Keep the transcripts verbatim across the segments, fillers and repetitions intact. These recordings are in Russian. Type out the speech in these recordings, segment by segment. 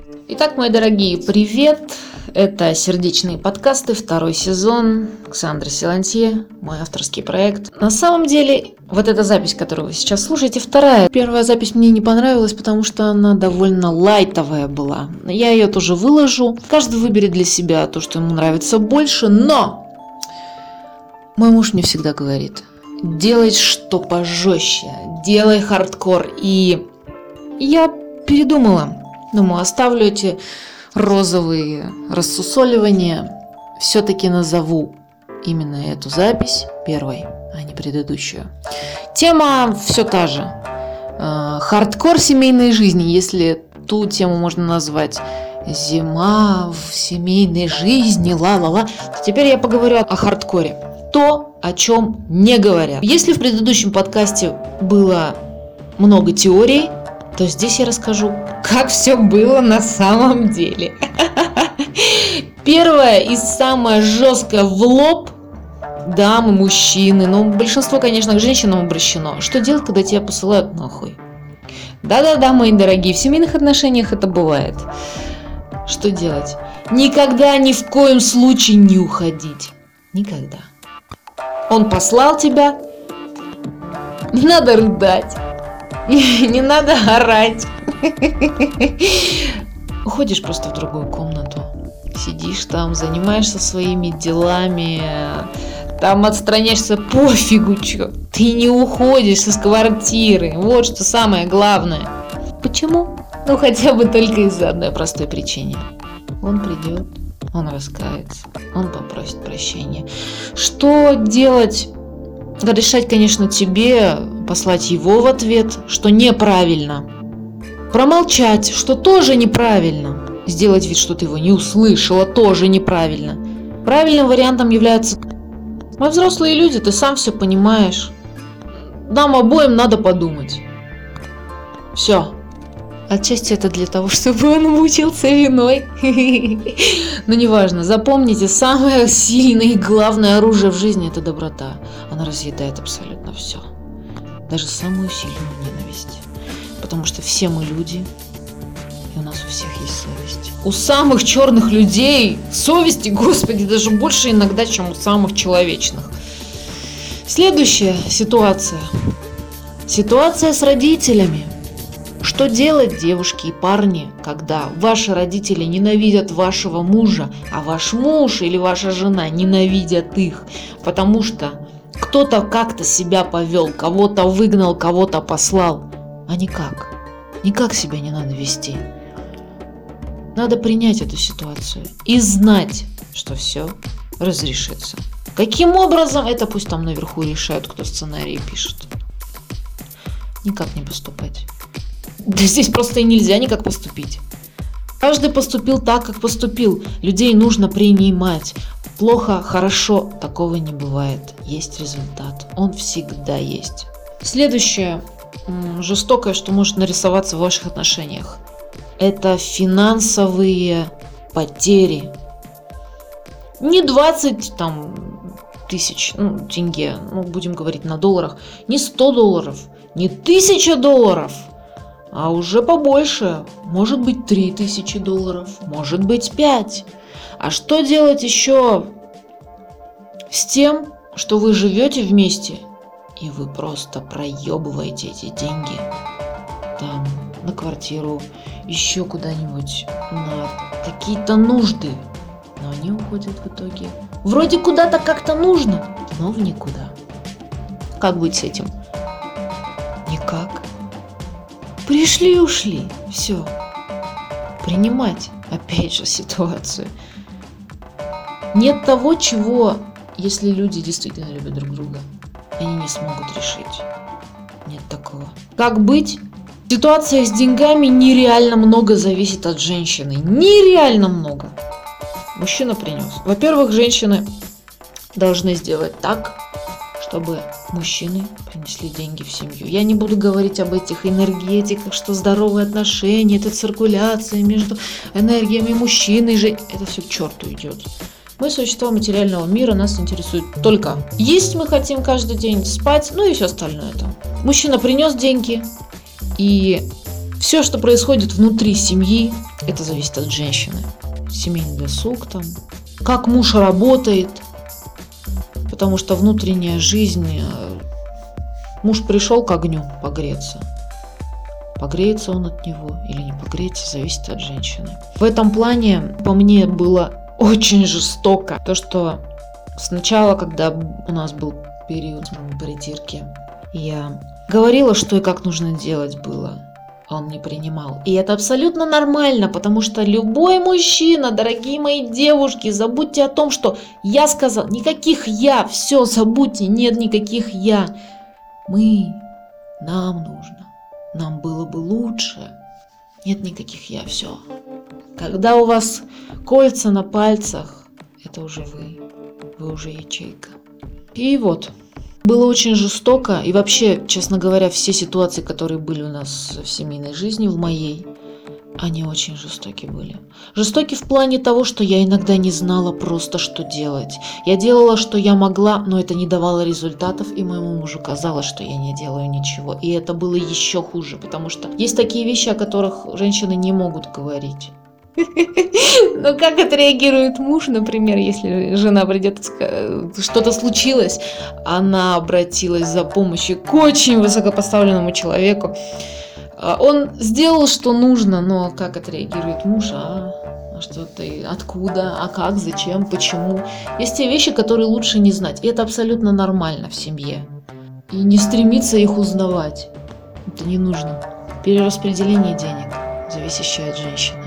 Итак, мои дорогие, привет! Это «Сердечные подкасты», второй сезон. Ксандра Силантье, мой авторский проект. На самом деле, вот эта запись, которую вы сейчас слушаете, вторая. Первая запись мне не понравилась, потому что она довольно лайтовая была. Я ее тоже выложу. Каждый выберет для себя то, что ему нравится больше, но мой муж мне всегда говорит: делай что пожестче, делай хардкор. И я передумала. Думаю, оставлю эти розовые рассусоливания. Все-таки назову именно эту запись первой, а не предыдущую. Тема все та же. Хардкор семейной жизни, если ту тему можно назвать «Зима в семейной жизни, ла-ла-ла», то теперь я поговорю о хардкоре. То, о чем не говорят. Если в предыдущем подкасте было много теорий, то здесь я расскажу, как все было на самом деле. Первое и самое жесткое в лоб: дамы, мужчины, но большинство, конечно, к женщинам обращено. Что делать, когда тебя посылают нахуй? Да-да-да, мои дорогие, в семейных отношениях это бывает. Что делать? Никогда, ни в коем случае не уходить. Никогда. Он послал тебя, не надо рыдать. Не надо орать. Уходишь просто в другую комнату. Сидишь там, занимаешься своими делами. Там отстраняешься, пофигу, чё. Ты не уходишь из квартиры. Вот что самое главное. Почему? Ну хотя бы только из-за одной простой причины. Он придет, он раскается, он попросит прощения. Что делать? Решать, конечно, тебе, послать его в ответ, что неправильно. Промолчать, что тоже неправильно. Сделать вид, что ты его не услышала, тоже неправильно. Правильным вариантом является: мы взрослые люди, ты сам все понимаешь. Нам обоим надо подумать. Все. Отчасти это для того, чтобы он мучился виной. Но неважно, запомните, самое сильное и главное оружие в жизни – это доброта. Она разъедает абсолютно все. Даже самую сильную ненависть. Потому что все мы люди, и у нас у всех есть совесть. У самых черных людей совести, господи, даже больше иногда, чем у самых человечных. Следующая ситуация. Ситуация с родителями. Что делать, девушки и парни, когда ваши родители ненавидят вашего мужа, а ваш муж или ваша жена ненавидят их, потому что кто-то как-то себя повел, кого-то выгнал, кого-то послал, а никак, никак себя не надо вести. Надо принять эту ситуацию и знать, что все разрешится. Каким образом, это пусть там наверху решают, кто сценарий пишет. Никак не поступать. Да здесь просто и нельзя никак поступить. Каждый поступил так, как поступил. Людей нужно принимать. Плохо, хорошо, такого не бывает. Есть результат. Он всегда есть. Следующее жестокое, что может нарисоваться в ваших отношениях, это финансовые потери. Не двадцать там, тысяч ну, тенге, ну, будем говорить на долларах, не сто долларов, не тысяча долларов, а уже побольше, может быть три тысячи долларов, может быть пять. А что делать еще с тем, что вы живете вместе, и вы просто проебываете эти деньги там на квартиру, еще куда-нибудь, на какие-то нужды, но они уходят в итоге вроде куда-то как-то нужно, но в никуда. Как быть с этим? Никак. Пришли, ушли, все. Принимать, опять же, ситуацию. Нет того, чего, если люди действительно любят друг друга, они не смогут решить. Нет такого. Как быть? Ситуация с деньгами нереально много зависит от женщины. Нереально много. Мужчина принес. Во-первых, женщины должны сделать так, чтобы мужчины принесли деньги в семью. Я не буду говорить об этих энергетиках, что здоровые отношения, это циркуляция между энергиями мужчины и женщины. Это все к черту идет. Мы существа материального мира, нас интересует только есть мы хотим каждый день, спать, ну и все остальное там. Мужчина принес деньги, и Все, что происходит внутри семьи, это зависит от женщины. Семейный досуг там, как муж работает, потому что внутренняя жизнь, муж пришел к огню погреться. Погреется он от него или не погреется, зависит от женщины. В этом плане по мне было очень жестоко. То, что сначала, когда у нас был период притирки, я говорила, что и как нужно делать было. Он не принимал. И это абсолютно нормально, потому что любой мужчина, дорогие мои девушки, забудьте о том, что я сказал, никаких я, все, забудьте, нет никаких я. Мы, нам нужно, нам было бы лучше. Нет никаких я, все. Когда у вас кольца на пальцах, это уже вы, вы уже ячейка. И вот. Было очень жестоко, и вообще, честно говоря, все ситуации, которые были у нас в семейной жизни, в моей, они очень жестоки были. Жестоки в плане того, что я иногда не знала просто, что делать. Я делала, что я могла, но это не давало результатов, и моему мужу казалось, что я не делаю ничего. И это было еще хуже, потому что есть такие вещи, о которых женщины не могут говорить. Но как отреагирует муж, например, если жена придет, что-то случилось, она обратилась за помощью к очень высокопоставленному человеку. Он сделал, что нужно, но как отреагирует муж, а, а что ты, откуда, а как, зачем, почему. Есть те вещи, которые лучше не знать, и это абсолютно нормально в семье. И не стремиться их узнавать, это не нужно. Перераспределение денег, зависящее от женщины.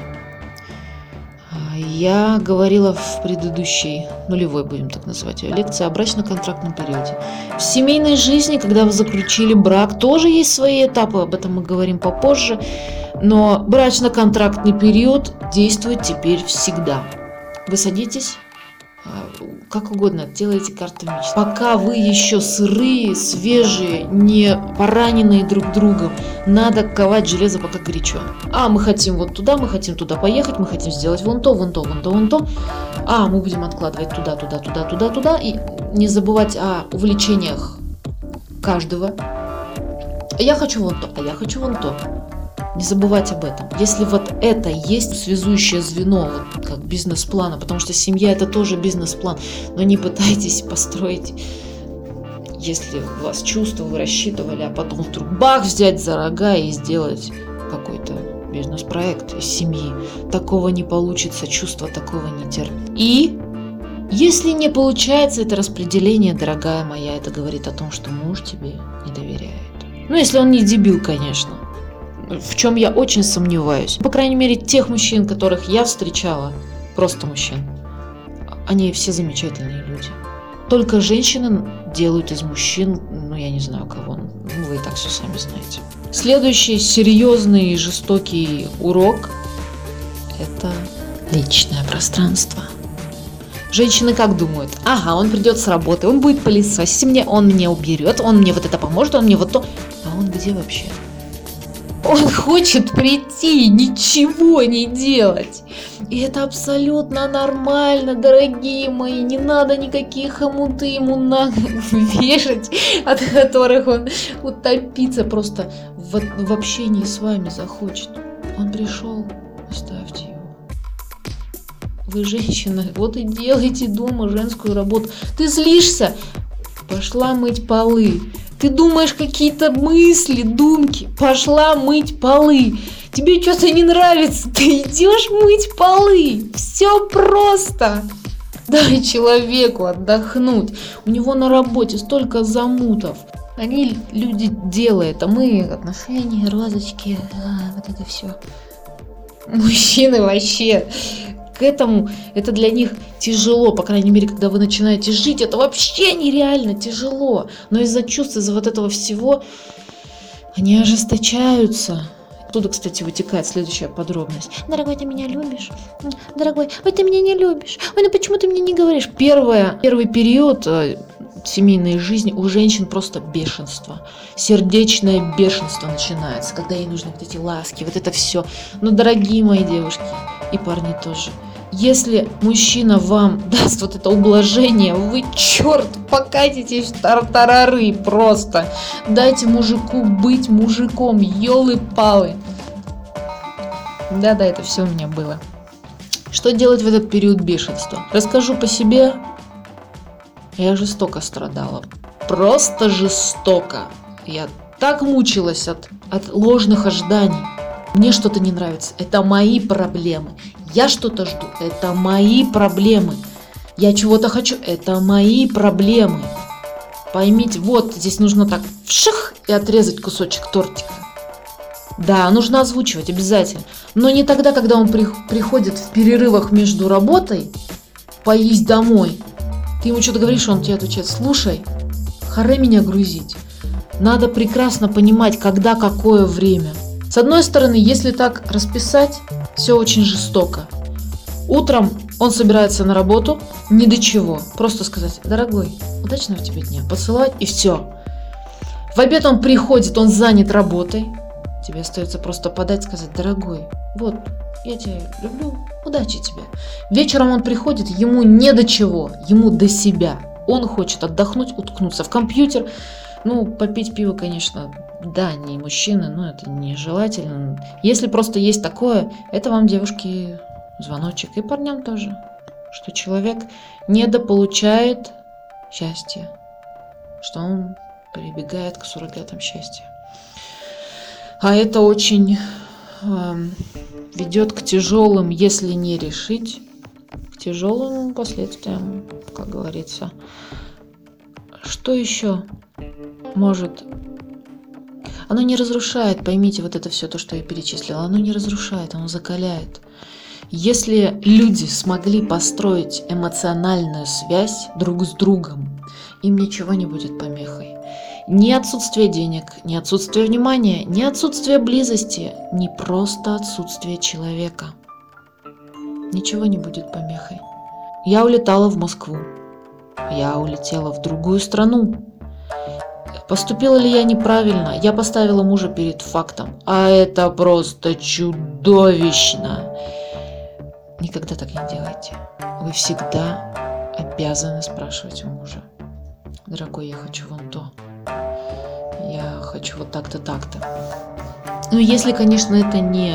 Я говорила в предыдущей, нулевой, будем так называть ее, лекции о брачно-контрактном периоде. В семейной жизни, когда вы заключили брак, тоже есть свои этапы, об этом мы говорим попозже, но брачно-контрактный период действует теперь всегда. Вы садитесь, как угодно, делаете карту мечты. Пока вы еще сырые, свежие, не пораненные друг другом, надо ковать железо пока горячо. А, мы хотим вот туда, мы хотим туда поехать, мы хотим сделать вон то, вон то, вон то, вон то. А, мы будем откладывать туда, туда, туда, туда, туда. И не забывать о увлечениях каждого. Я хочу вон то, а я хочу вон то. Не забывать об этом. Если вот это есть связующее звено, вот как бизнес-плана, потому что семья это тоже бизнес-план, но не пытайтесь построить, если у вас чувства, вы рассчитывали, а потом вдруг бах, взять за рога и сделать какой-то бизнес-проект из семьи. Такого не получится, чувства такого не терпят. И если не получается это распределение, дорогая моя, это говорит о том, что муж тебе не доверяет. Ну, если он не дебил, конечно. В чем я очень сомневаюсь. По крайней мере, тех мужчин, которых я встречала, просто мужчин, они все замечательные люди. Только женщины делают из мужчин, ну я не знаю кого, ну, вы и так все сами знаете. Следующий серьезный и жестокий урок – это личное пространство. Женщины как думают? Ага, он придет с работы, он будет пылесосить мне, он мне уберет, он мне вот это поможет, он мне вот то. А он где вообще? Он хочет прийти, ничего не делать. И это абсолютно нормально, дорогие мои. Не надо никаких хомуты ему на вешать, от которых он утопится просто в, в общении с вами захочет. Он пришел, оставьте его. Вы женщина, вот и делайте дома женскую работу. Ты злишься? Пошла мыть полы. Ты думаешь какие-то мысли, думки, пошла мыть полы. Тебе что-то не нравится, ты идешь мыть полы. Все просто. Дай человеку отдохнуть. У него на работе столько замутов. Они люди делают, а мы отношения, розочки, а, вот это все. Мужчины вообще к этому, это для них тяжело, по крайней мере, когда вы начинаете жить, это вообще нереально тяжело. Но из-за чувств, из-за вот этого всего, они ожесточаются. Оттуда, кстати, вытекает следующая подробность. Дорогой, ты меня любишь? Дорогой, ой, ты меня не любишь? Ой, ну почему ты мне не говоришь? Первое, первый период семейной жизни у женщин просто бешенство. Сердечное бешенство начинается, когда ей нужны вот эти ласки, вот это все. Но, дорогие мои девушки, и парни тоже, если мужчина вам даст вот это ублажение, вы, черт, покатитесь в тартарары просто. Дайте мужику быть мужиком, елы-палы. Да-да, это все у меня было. Что делать в этот период бешенства? Расскажу по себе. Я жестоко страдала. Просто жестоко. Я так мучилась от, от ложных ожиданий. Мне что-то не нравится. Это мои проблемы. Я что-то жду. Это мои проблемы. Я чего-то хочу. Это мои проблемы. Поймите, вот здесь нужно так вших и отрезать кусочек тортика. Да, нужно озвучивать обязательно. Но не тогда, когда он при, приходит в перерывах между работой, поесть домой. Ты ему что-то говоришь, он тебе отвечает: слушай, харе меня грузить. Надо прекрасно понимать, когда какое время. С одной стороны, если так расписать, все очень жестоко. Утром он собирается на работу, ни до чего. Просто сказать: дорогой, удачного тебе дня. Посылать и все. В обед он приходит, он занят работой. Тебе остается просто подать, сказать: дорогой, вот, я тебя люблю, удачи тебе. Вечером он приходит, ему не до чего, ему до себя. Он хочет отдохнуть, уткнуться в компьютер. Ну, попить пиво, конечно, да, не мужчины, но это нежелательно. Если просто есть такое, это вам, девушки, звоночек. И парням тоже, что человек недополучает счастья, что он прибегает к суррогатам счастья. А это очень э, ведет к тяжелым, если не решить, к тяжелым последствиям, как говорится. Что еще может? Оно не разрушает, поймите, вот это все то, что я перечислила, оно не разрушает, оно закаляет. Если люди смогли построить эмоциональную связь друг с другом, им ничего не будет помехой. Ни отсутствие денег, ни отсутствие внимания, ни отсутствие близости, ни просто отсутствие человека. Ничего не будет помехой. Я улетала в Москву. Я улетела в другую страну. Поступила ли я неправильно? Я поставила мужа перед фактом. А это просто чудовищно. Никогда так не делайте. Вы всегда обязаны спрашивать у мужа: дорогой, я хочу вон то. Я хочу вот так-то, так-то. Ну, если, конечно, это не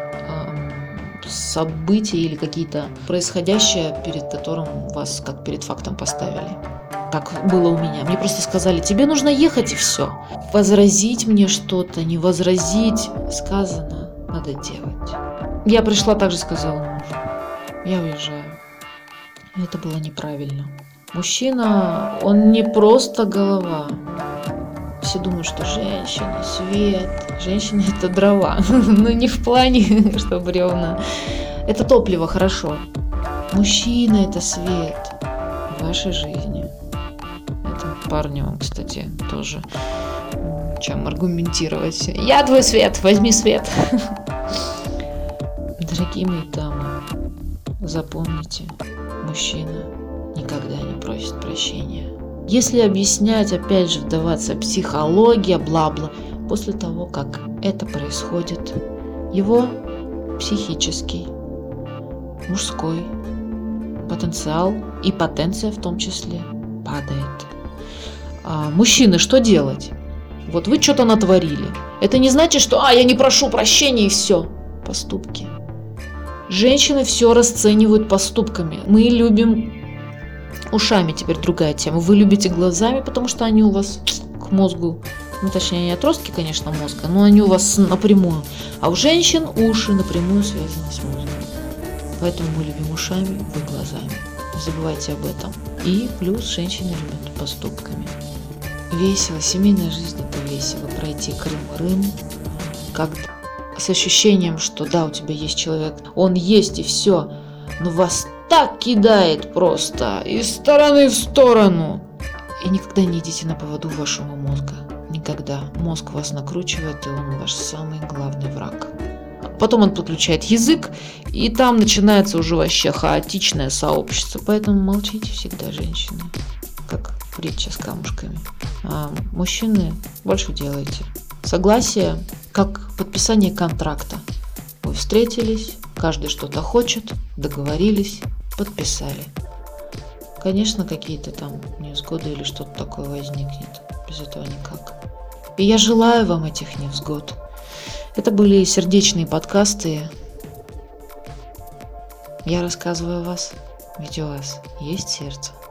э, события или какие-то происходящие, перед которым вас как перед фактом поставили. Так было у меня. Мне просто сказали: тебе нужно ехать, и все. Возразить мне что-то, не возразить, сказано, надо делать. Я пришла, также сказала мужу: я уезжаю. И это было неправильно. Мужчина, он не просто голова. Все думают, что женщина, свет, женщина — это дрова. Но не в плане, что бревна. Это топливо, хорошо. Мужчина — это свет в вашей жизни. Это парню, кстати, тоже чем аргументировать. Я твой свет, возьми свет. Дорогие мои дамы, запомните, мужчина никогда не просит прощения. Если объяснять, опять же, вдаваться в психологию, бла-бла, после того, как это происходит, его психический, мужской потенциал и потенция в том числе падает. А мужчины, что делать? Вот вы что-то натворили. Это не значит, что «а, я не прошу прощения» и все. Поступки. Женщины все расценивают поступками. Мы любим ушами, теперь другая тема. Вы любите глазами, потому что они у вас к мозгу, ну точнее не отростки, конечно, мозга, но они у вас напрямую. А у женщин уши напрямую связаны с мозгом. Поэтому мы любим ушами, вы глазами. Не забывайте об этом. И плюс женщины любят поступками. Весело, семейная жизнь — это весело. Пройти Крым-Рым, как с ощущением, что да, у тебя есть человек, он есть и все, но вас так кидает просто из стороны в сторону. И никогда не идите на поводу вашего мозга. Никогда. Мозг вас накручивает, и он ваш самый главный враг. Потом он подключает язык, и там начинается уже вообще хаотичное сообщество. Поэтому молчите всегда, женщины, как притча с камушками. А мужчины, больше делайте. Согласие, как подписание контракта. Вы встретились, каждый что-то хочет, договорились, подписали. Конечно, какие-то там невзгоды или что-то такое возникнет. Без этого никак. И я желаю вам этих невзгод. Это были сердечные подкасты Я рассказываю о вас, ведь у вас есть сердце.